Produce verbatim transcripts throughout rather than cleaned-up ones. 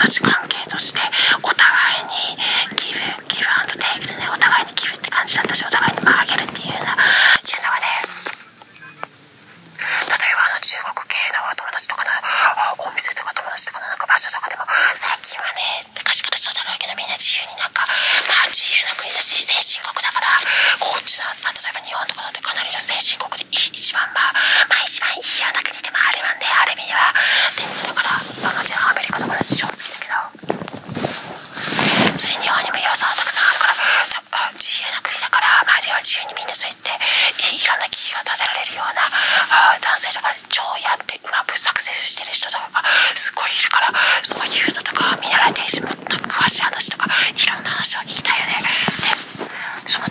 達関係としてお互いにギブギブアンドテイクでね、お互いにギブって感じだったし、お互いにまああげるっていうようないうのがね、例えばあの中国系の友達とかのお店とか友達とかのなんか場所とかでも、最近はね、昔からそうだろうけど、みんな自由になんかまあ自由な国だし先進国だから、こっちの例えば日本とかだってかなりの先進国で一番まあまあ一番いいような国でもあれなんで、ある意味ではでだから、まあ、もちろんアメリカとかだって超好きだけど、それ日本にも要素はたくさんあるから、自由な国だから、まあでは自由にみんなそうやってい, いろんな企業を立てられるようなあ男性とかで超やってうまくサクセスしてる人とかがすごいいるから、そういうのとか見習いたいし、もっと詳しい話とかいろんな話を聞きたいよね。でその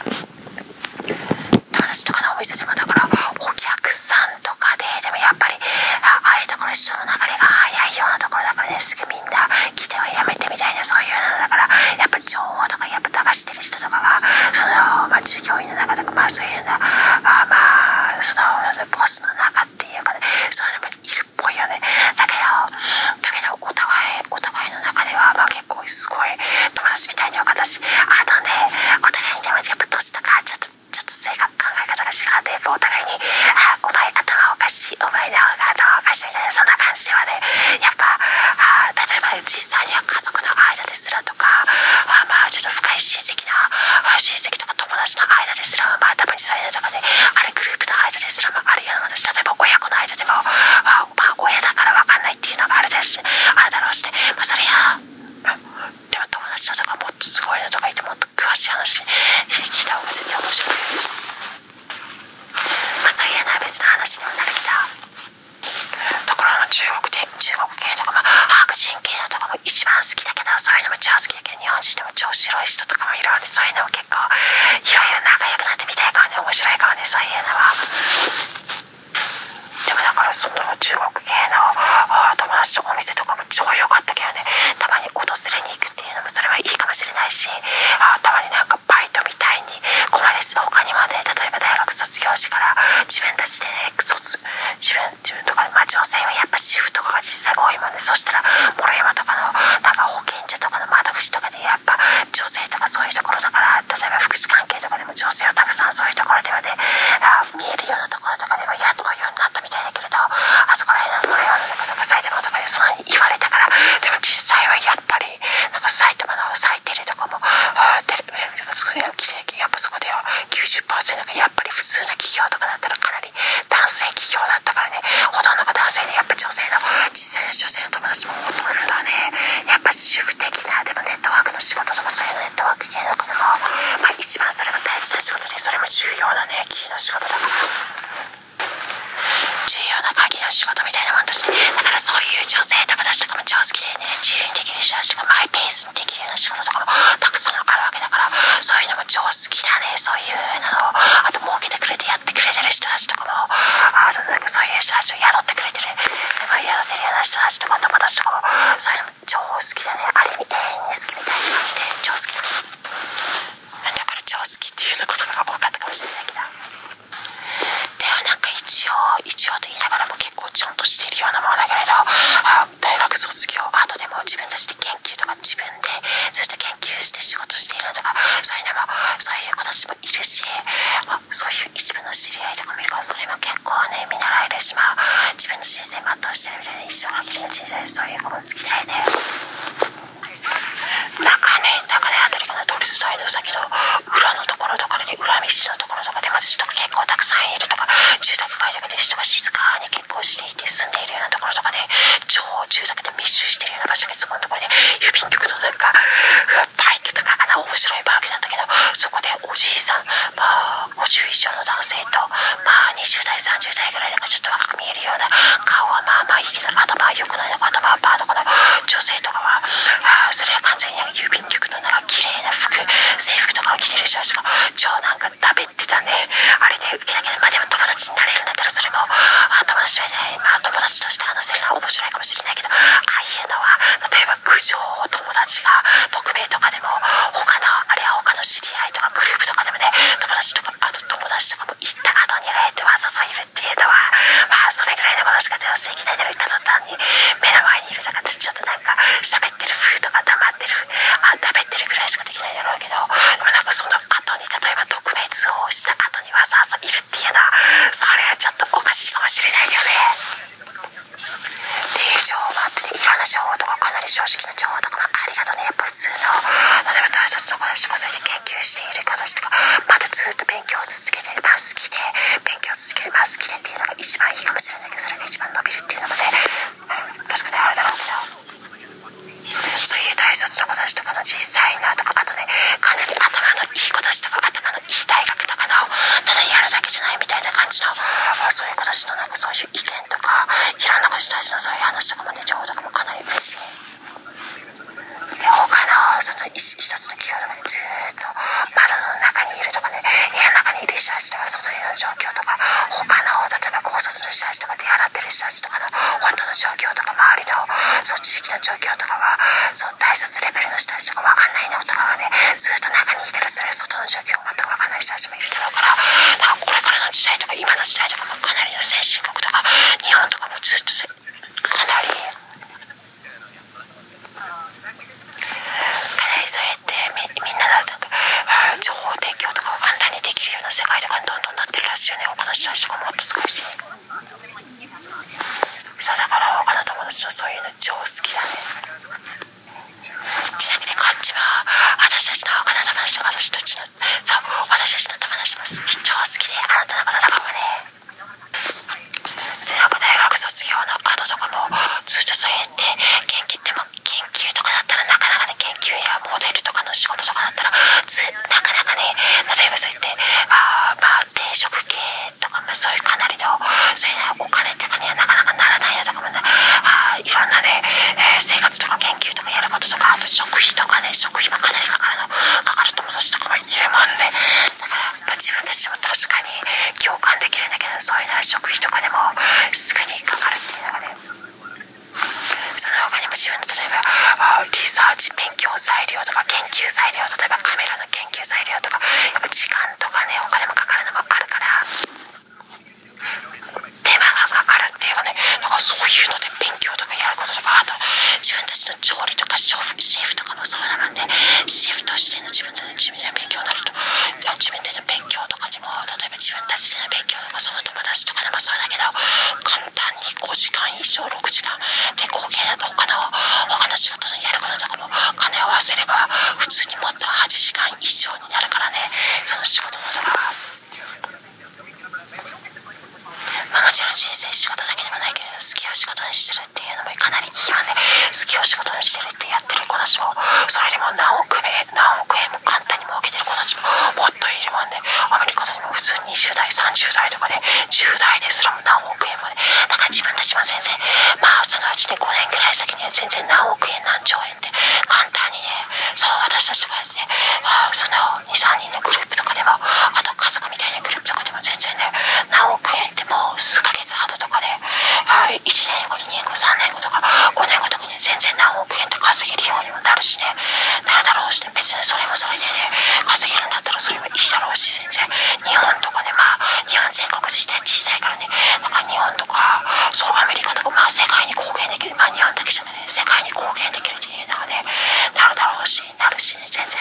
友達とかのお店でもだからお客さんとかででもやっぱりああいうところ人の流れが早いようなところだからね、すぐみんな来てはやめてみたいな、そういうのだからやっぱ情報とかやっぱ流してる人とかがその、まあ、従業員の中とかまあそういうようなあまあそのボスの中っていうかね、そういうのもいるっぽいよね。だけどだけどお互いお互いの中ではまあ結構すごい友達みたいによかったし、あとねお互いにでもやっぱ年とかちょっとちょっと性格考え方が違って、やっぱお互いにあお前頭おかしい、お前の方が頭おかしいみたいな、そんな感じではね、やっぱあ例えば実際には家族の間ですらとかあまあちょっと深い親戚な親戚とか友達の間ですらまあたまにそういうのとかね、あれグループの間ですらもあるようなものです。例えば親子の間でもあまあ親だから分かんないっていうのがあるだしあるだろうしね、まあそれやでも友達とかもっとすごいのとか言ってもっと詳しい話聞いた方が絶対面白い。まあそういうのは別の話にもなるけど、ところの中国で中国系とか、まあ、白人系のとかも一番好きだけど、そういうのも超好きだけど、日本人でも超白い人とかもいるわけで、そういうのも結構いろいろ仲良くなってみたいからね、面白いからね、そういうのは。でもだからその中国系の友達とお店とかも超良かったけどね、たまに訪れに行くっていうのもそれはいいかもしれないし、あたまになんかバイトみたいに困れず他にまで、例えば大学卒業してから自分たちでね卒自分自分とか、まあ、女性はやっぱ主婦とかが実際多いもんね。そしたら諸山とかのなんか保健所とかの窓口とかでやっぱ女性とかそういうところだから、例えば福祉関係とかでも女性をたくさんそういうところではねあ見えるようなところとかでも雇うようになったみたいだけれど、あそこら辺の諸山の中とか埼玉とかでそんなに言われたから、でも実際はやっぱりなんか埼玉のサイテレとかもテレビが作りきて、やっぱそこでは きゅうじゅっパーセント がやっぱり普通の企業とかだったらかなり男性企業だったからね、ほとんどが男性で、やっぱ女性の実際の女性の友達もほとんどはねやっぱ主婦的な、でもネットワークの仕事とかそういうネットワーク系の子でもまあ一番それも大事な仕事で、それも重要なねキーの仕事だから重要な鍵の仕事みたいなもんだし、だからそういう女性友達とかも超好きでね、自由にできる人たちとかマイペースにできるような仕事とかもたくさんあるわけだから、そういうのも超好きだね。そういうのをあと儲けてくれてやってくれてる人たちとかもあとなんかそういう人たちを宿ってくれてる、まあ、宿ってるような人たちとか友達とかもそういうのも超好きだね。ある意味永遠に好きみたいな感じで超好きだね。だから超好きっていうような言葉が多かったかもしれないけど、ではなんか一応一応と言いながらも結構ちゃんとしているようなものだけれど、大学卒業後でも自分たちで研究とか自分でずっと研究して仕事しているのとか、そういうのもそういう子たちもいるし、まあ、そういう一部の知り合いとかもいるから、それも結構ね見習えるし、まあ自分の人生全うしてるみたいな、一生限りの人生でそういう子も好きだよね。中根中根あたりかな、トルストイの先の裏のところとかでね、裏道のところとかでまず人が結構たくさんいるとか、住宅街とかで人が静かに結構していて住んでいるようなところとかで、超住宅で密集しているような場所で、そこのところで郵便局のなんかバイクとかかな、面白いバーゲだったけど、そこでおじいさん、まあごじゅう以上の男性とまあにじゅう代さんじゅう代ぐらいなんかちょっと若く見えるような、顔はまあまあいいけど頭は良くないのか、頭はバーとかの女性とかはあそれは完全に郵便局のなんか綺麗な服制服とかを着てる人たちが超なんかだべってたね。あれで受けだけど、まあでも友達になれるんだったらそれもあ友達はね、まあ友達として話せるのは面白いかもしれないけど、ああいうのは例えば苦情を友達が匿名とかでも他のあれは他の知り合いとかグループとかでもね、友達とかあと友達とかも行った後にあえてわざといるっていうのは、まあそれぐらいのことしか手を防ぎないでも行った途端に目の前にいるとかってちょっとなんか喋ってる風とか黙ってるあ食べてるぐらいしかできないだろうけど、でもなんかその後に例えば特別をした後にわざわざいるっていうのはそれはちょっとおかしいかもしれないよねっていう情報もあってね、いろんな情報とかかなり正直な情報とかもありがとうね。やっぱ普通の例えば大卒の子たちとかそうやって研究している子たちとかまたずっと勉強を続けてまあ好きで勉強を続けるまあ好きでっていうのが一番いいかもしれないけど、それが一番伸びるっていうのもね、うん、確かにあれだろうけど、そういう大卒の子たちとかの実際なとか、あとねかなり頭のいい子たちとか頭のいい大学とかのただやるだけじゃないみたいな感じのそういう子たちのなんかそういう意見とかいろんな子たちのそういう話とかもね情報とかもかなり嬉しい。で他のその一つの企業とかでずっと窓の中にいるとかね、部屋の中にいる人たちとか外の状況とか他の例えば高卒の人たちとか出払ってる人たちとかの本当の状況とか周りのそう地域の状況とかはそう大卒レベルの人たちとか分かんないのとかはねずっと中にいたらそれ外の状況が全く分かんない人たちもいるだろうから、なんかこれからの時代とか今の時代とかもかなりの先進国とか日本とかもずっとかなりかなりそうやってみみんなのなんか情報提供とかを簡単にできるような世界とかにどんどんなってるらしいよね。他の人たちとかもっとすごいし、そうだから他の友達のそういうの超好きだね。ちなみにこっちも私たちの他の友達も私たちのそう私たちの友達も好き超好きであなたのこととかもね。でなんか大学卒業の後とかもずっとそうやって研究でも研究とかだったらなかなかね研究やモデルとかの仕事とかだったらつなかなかね例えばそうやってあまあ定職系とかもそういうかなりのそういう、ね、お金とかにはなかなかならないやとかもねあいろんなね、えー、生活とか研究とかやることとかあと食費とかね食費もかなりかかるのかかる友達とかもいるもんね。だから、まあ、自分たちも確かに共感できるんだけどそういうのは食費とかでもすぐにかかるっていうのがね、その他にも自分の例えばリサーチ勉強材料とか研究材料例えばカメラの研究材料とかやっぱ時間とかねお金もかかるのもあるから手間がかかるっていうかね、だからそういうので勉強とかやることとかあと自分たちの調理とかシェフ、シェフとかもそうだもんね。シェフとしての自分たちの自分で勉強になると自分たちの勉強とかにも例えば自分たちの勉強とかその友達とかでもそうだけど簡単にごじかん以上ろくじかんで合計だと他の他の仕事のやることとかも金を合わせれば普通にもっとはちじかん以上になるからね。その仕事のとかはまあもちろん人生仕事だけでもないけど好きを仕事にしてるっていうのもかなりいいわね。好きを仕事にしてるってやってる子たちもそれでも何億円何億円も簡単に儲けてる子たちももっといるもんね。アメリカでも普通ににじゅう代さんじゅう代とかで、ね、じゅう代ですらも何億円もね。だから自分たちも全然まあそのうちでごねんぐらい先には全然何億円何兆円って簡単にねそう私たちとかでね、まあ、そのにさんにんのグループとかでもあと家族みたいなグループとかでも全然ね何億円ってもう数ヶ月後とかねいちねんごにねんごさんねんごとかごねんごとかに全然何億円って稼げるようにもなるしねなるだろうしね。別にそれもそれでね稼げるんだったらそれもいいだろうし全然日本とかねまあ日本全国自体小さいからねなんか日本とかそうアメリカとかまあ世界に貢献できるまあ日本だけじゃない世界に貢献できるっていうのがねなるだろうしなるしね全然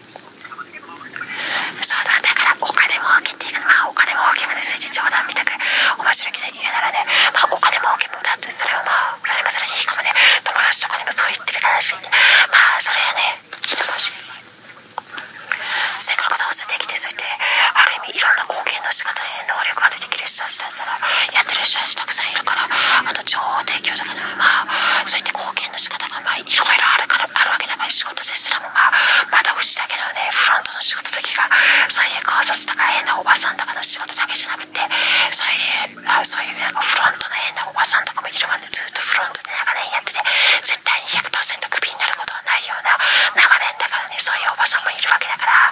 そうだ。だからお金儲けっていうかまあお金儲けもねついて冗談みたく面白いけど言うならねまあお金儲けもだってそれをまあそれもそれでいいかもね。友達とかにもそう言ってるからしまあそれはねいいと思うしせっかくどうせできてそうやってある意味いろんな貢献の仕方で能力が出てきる人たちだったらやってる人たちたくさんいるからあと情報提供とかねまあそういった貢献の仕方がまあいろいろあるからあるわけだから仕事ですらもまあ窓口だけどねフロントの仕事だけがそういう考察とか変なおばさんとかの仕事だけじゃなくてそういうあそういうなんかフロントの変なおばさんとかもいるもんね。ずっとフロントで長年やってて絶対に ひゃくパーセント クビになることはないような長年だからねそういうおばさんもいるわけだから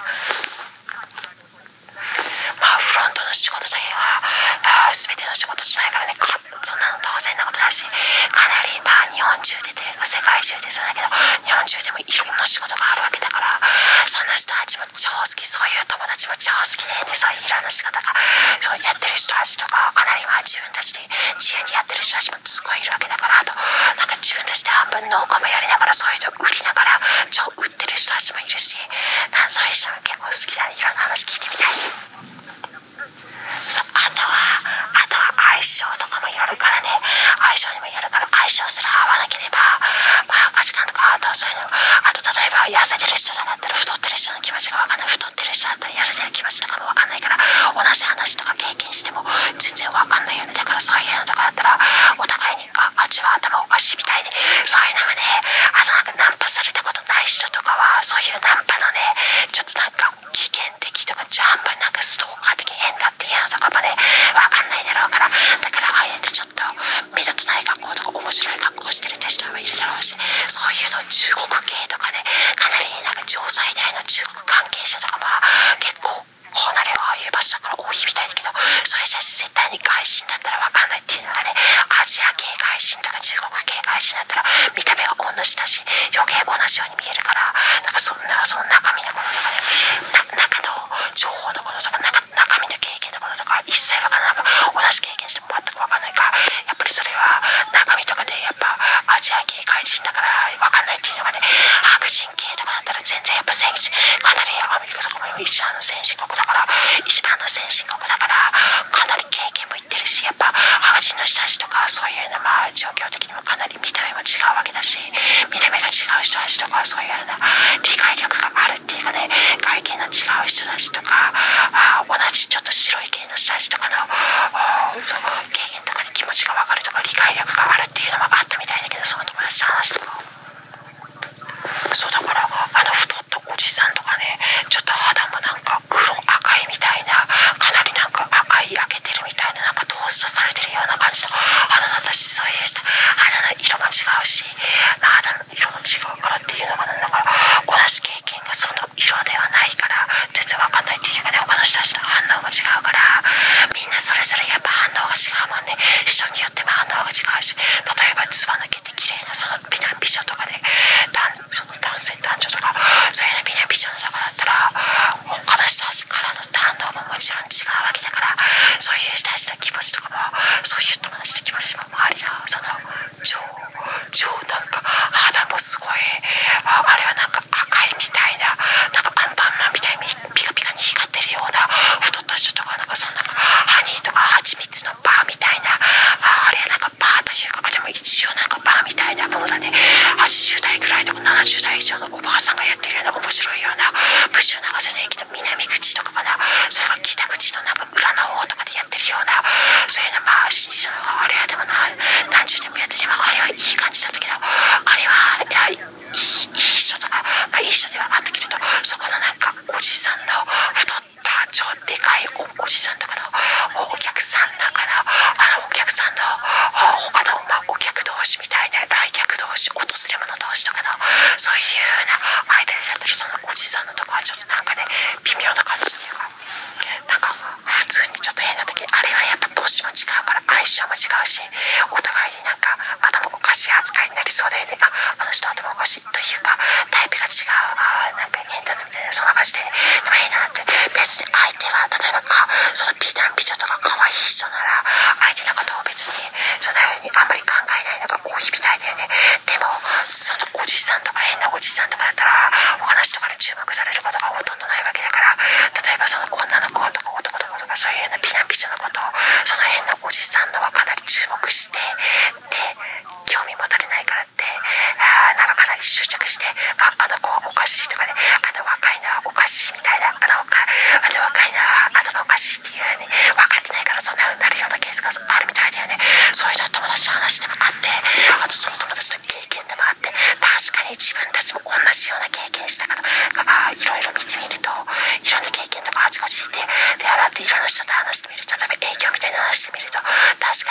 まあフロントの仕事だけは全ての仕事じゃないからねそんなの当然変なことだし、かなりまあ日本中でというか世界中でそうだけど、日本中でもいろんな仕事があるわけだから、そんな人たちも超好き、そういう友達も超好きで、でそういういろんな仕事がそうやってる人たちとか、かなりまあ自分たちで自由にやってる人たちもすごいいるわけだから、あとなんか自分たちで半分農家もやりながら、そういうの売りながら超売ってる人たちもいるし、そういう人も結構好きだね。いろんな話聞いてみたい。そう、あとはあとは相性とかもやるからね。相性にもやるから、相性すら合わなければまあ価値観とか、あとはそういうの、あと例えば痩せてる人だったら太ってる人の気持ちが分かんない、太ってる人だったら痩せてる気持ちとかも分かんないから、同じ話とか経験しても全然分かんないよね。だからそういうのとかだったらお互いにああっちは頭おかしいみたいで、そういうのもね、あとなんかナンパされたことない人とかは、そういうナンパのね、ちょっとなんか危険的とか半分なんかストーカー的変だっていうのとかもね、分かんないだろうから、だからああやってちょっと目立たない格好とか面白い格好してるって人もいるだろうし、そういうの中国系とかね、かなりなんか城西大の中国関係者とかも結構こうなればああいう場所だから多いみたいだけど、そういう人たち絶対に外人だったら分かんないっていうのがね、アジア系外人とか中国系外人だったら見た目は同じだし余計同じように見えるから、なんかそんなその中身のこととかね、な中の情報のこととか 中, 中身の経験のこととか一切分からない。同じ経験しても全く分かんないから、やっぱりそれは中身とかでやっぱアジア系外人だから分かんないっていうのがね、白人系とかだったら全然やっぱ先進、かなりアメリカとかも一番の先進国だから、一番の先進国だからかなり経験もいってるし、やっぱ白人の人たちとかそういうのまあ状況的にもかなり見た目も違うわけだし、見た目が違う人たちとかそういうような理解力があるっていうかね、外見の違う人たちとか、あ同じちょっと白い系の人たちとかのそう経験とかに気持ちが分かるとか理解力があるっていうのもあったみたいだけど、その友達と話してもそうだから、あの太ったおじさんとかね、ちょっと肌もなんか黒赤いみたいな、かなりなんか赤い焼けてるみたいな、なんかトーストされてるような感じの肌だったし、そういう人肌の色も違うし、肌の色も違うからっていうのがなんだから、同じ経験がその色ではないから全然わかんないっていうかね、他の人たちの反応も違うから、みんなそれぞれやっぱ反応が違うもんね。人によっても反応が違うし、例えばつば抜けて綺麗なその美男美女とかね、その男性男女とかそういう美男美女とかだったら他の人たちからの反応ももちろん違うわけだから、そういう人たちの気持ちとかも、そういう友達の気持ちも周りのその超超なんか肌もすごい あ, あれはなんか赤いみたいな、なんかアンパンマンみたいにピカピカに光ってるような太った人とか、なんかそんなハニーとか蜂蜜のバーみたいな、あ, あれなんかバーというか、でも一応なんかバーみたいなものだね。はちじゅう代ぐらいとかななじゅう代以上のおばあさんがやってるような面白いような、武州長瀬の駅の南口とかかな、それが北口のなんか裏の方とかでやってるような、そういうのまあ新種のあれはでもな何十年もやってて、あれはいい感じだったけど、あれはやはりいい, いい人とか、まあ、いい人ではあったけれど、そこのなんかおじさんの太った超でかい お, おじさんとかのお客さんなんかのあのお客さんの他の、まあ、お客同士みたいな、来客同士、訪れ者同士とかのそういうような間でやってるそのおじさんのとかはちょっとなんかね微妙な感じっていうか、なんか普通にちょっと変な時、あれはやっぱ年も違うから相性も違うし、お互いになんか頭おかしい扱いになりそうでね、ああの人頭おかしいというかタイプが違う、あなんか変だなみたいな、そんな感じで、ね、でも変だなって、別に相手は例えばかその美男美女とか可愛い人なら相手のことを別にそんな風にあんまり考えないのが多いみたいだよね。でもそのおじさんとか変なおじさんとかだったら他の人から注目されることがほとんどないわけだから、例えばその女の子とか男の子とかそういうような美男美女のことをその変なおじさんのはかなり注目して、で興味持たれないからってあなんかかなり執着して、ああの子はおかしいとかね、あの若いのはおかしいみたいな、あの若あの若いのは頭おかしいっていうように分かってないからそんな風になるようなケースがあるみたいだよね。そういうの友達の話でもあって、あとその友達の経験でもあって、確かに自分たちも同じような経験した方がいろいろ見てみると、いろんな経験とかあちこちでで洗っていろんな人と話してみる、例えば影響みたいな話してみると確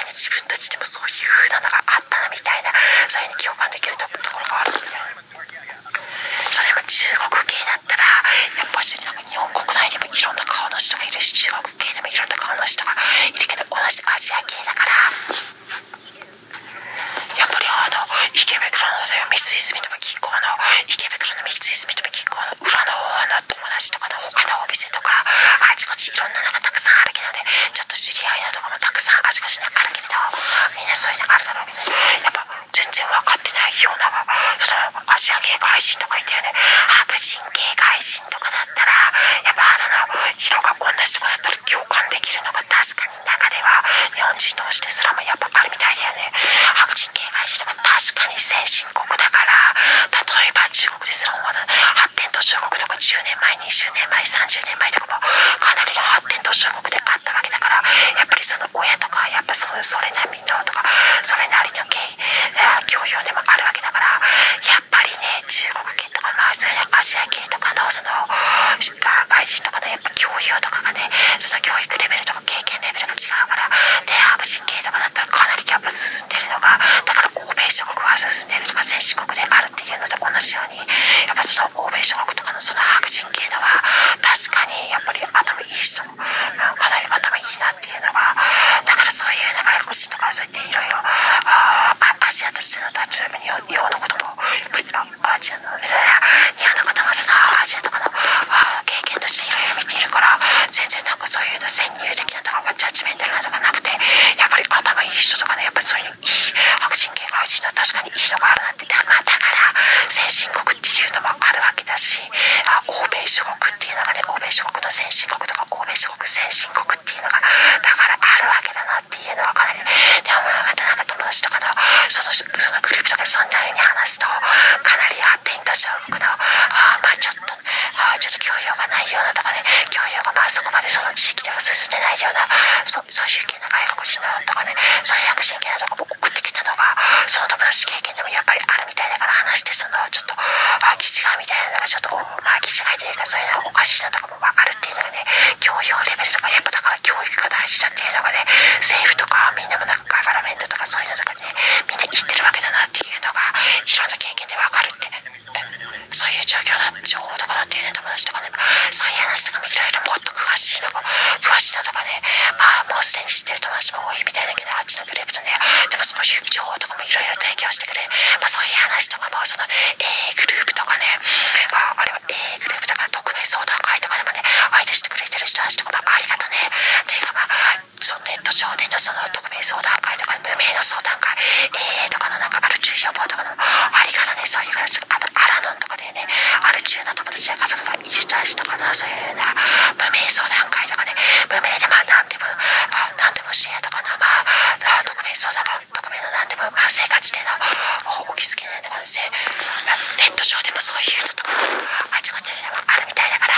ジア系外人とかいたよね。白人系外人とかだったらやっぱ肌の色が同じとかだったら共感できるのが確かに中では日本人同士ですらもやっぱあるみたいだよね。白人系外人とか確かに先進国だから、例えば中国ですらもまだ発展途上国とかじゅうねんまえにじゅうねんまえさんじゅうねんまえとかもかなりの発展途上国であったわけだから、やっぱりその親とかやっぱそのそれなりのとかそれなりの経教養でもあるわけだから、やっぱりね中国系とかまあそういうアジア系とかのその外人とかのやっぱ教養とかがね、その教育レベルとか経験レベルが違うから、で白人系とかだったらかなりやっぱ進んでるのが、だから欧米諸国は進んでるとか先進国であるっていうのと同じように、やっぱその欧米諸国とかのその白人系のは確かにやっぱり頭いい人もかなり頭いいなっていうのが、だからそういうなんか外国人とかそういっていろいろアジアとしての例えば日本日本のこともやっぱりアジアのみたいな日本のこともそのアジアとかの経験としていろいろ見ているから、全然なんかそういうの先入的なとかジャッジメンタルなとかなくて、やっぱり頭いい人とかね、やっぱりそういういい白人系外人の確かにいいのがあるなって、まあだから先進国っていうのもあるわけだし、あ欧米諸国っていうのがね、欧米諸国の先進国とか欧米諸国先進国っていうのがだからあるわけだなっていうのはかなり、でもまたなんか友達とかのそのそのグループとかそんな風に話すと、かなり発展途上国のあまあちょっとあちょっと教養がないようなとかね、教養がまあそこまでその地域では進んでないような、そそういう系の外国人のとかね、そういう白人系のとかも送ってきたのがその友達経験でもやっぱりあるみたいだから、話してそのちょっとあ気違いみたいなのがちょっとまあ気違いというかそういうのおかしいなとかも分かるっていうのがね、教養レベルとかやっぱだから教育が大事だっていうのがね、政府とかみんなもなんかガバメントとかそういうのとかねみんな言ってるわけだなっていうのがいろんな経験で分かるって、そういう状況だ情報とかだっていうね、友達とかね、そういう話とかもいろいろもっと詳しいのか詳しいのとかね、まあもうすでに知ってる友達も多いみたいだけど、あっちのグループとね、でもそういう情報とかもいろいろ提供してくれ、まあそういう話とかもその A グループとかね、ああれは A グループとか匿名相談会とかでもね相手してくれてる人たちとかもありがとねっていうか、まあそのネット上でのその匿名相談会とか無名の相談会 エーエー とかのなんかアル中予防とかのありがとね、そういう形とか、あとアラノンとかでねアル中の友達や家族がいる人たちとかのそういうな無名相談会とかね、無名でまあ何でもあ何でもシェアとかのまあ匿名相談会匿名の何でもまあ生活でのお気づけないのかですね、ネット上でもそういうのとかあちこちでもあるみたいだから、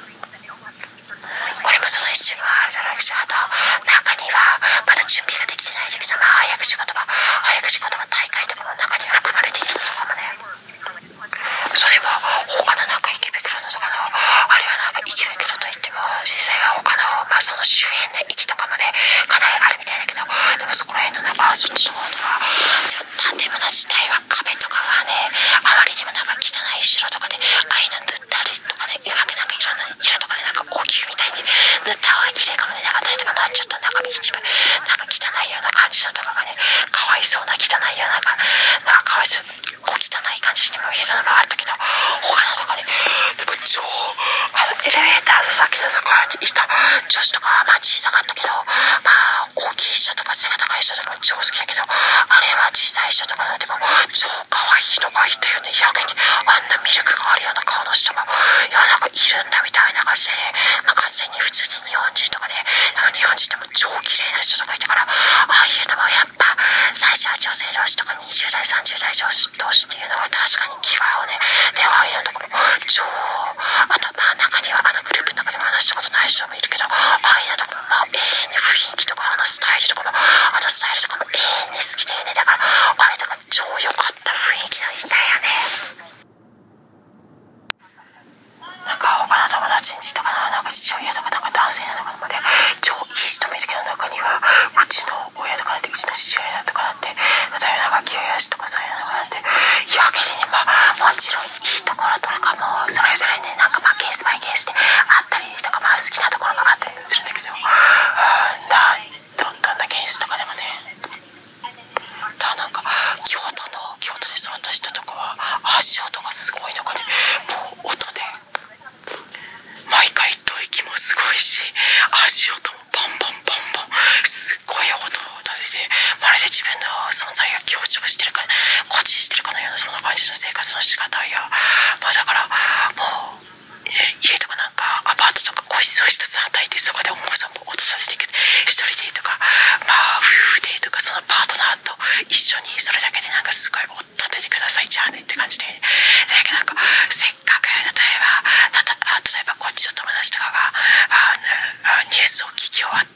これもその一瞬はあるだろうし、あと中にはまだ準備ができてないけど、まあ早口言葉早口言葉大会とかも中には含まれているのとかもね、それも他のなんか池袋のとかのあれはなんか池袋といっても実際は他のまあその周辺の駅とかもねかなりあるみたいだけど、でもそこら辺のなんかそっちの方とか建物自体は壁とかがねあまりにもなんか汚い白とかでああいうの塗ってあるとかね、うまくなんかいろんな色とかでなんか大きいみたいに塗った方が綺麗かもね、なんか例えばなちょっと中身一部なんか汚いような感じのとかがねかわいそうな汚いようななんかかわいそう小汚い感じにも見えたのもあったけど、他のとこででも超あのエレベーターの先のところにいた女子とかはまあ小さかったけど、まあ大きい人とか背が高い人とかも超好きだけど、あれは小さい人とかでも超可愛い人がいたよね。やけにあんなミルクがあるような顔の人がいやなんかいるんだみたいな感じで、まあ、完全に普通に日本人とかね日本人でも超綺麗な人とかいたから、ああいうのもやっぱ最初は女性同士とかにじゅう代さんじゅう代女子同士っていうのは確かに気が合うね。でああいうのとかも超あとまあ中にはあのグループの中でも話したことない人もいるけど、ああいうのとかもまあ永遠に雰囲気とかあのスタイルとかもあのスタイルとかも永遠に好きだよね。だからあれとか超良かった雰囲気がいたよね。なんか他の友達んちとかのなんか父親とかなんか男性のとかまで超いい人もいるけど、中にはうちの親とかなんてうちの父親とかなんて例えばなんか清吉とかそういうのがなんてやけにまあもちろんいいところとかもそれぞれねなんかまあケースバイケースであったりとかまあ好きなところがあったりするんだけど、だどんなケースとかでもね、だなんか京都の京都で育った人とかは足音がすごいのかね、もう音で毎回吐息もすごいし足音もバンバンバンバンすっごい音を立ててまるで自分の存在を強調食してるか固地してるかのようなそんな感じの生活の仕方や、まあだからもう家とかなんかアパートとか個室を一つ与えて、そこでお子さんも落とさせていく、一人でとか、まあ夫婦でとか、そのパートナーと一緒にそれだけでなんかすごい立ててくださいじゃあねって感じで、だけどなんかせっかく例えばたた例えばこっちの友達とかがあのニュースを聞き終わっ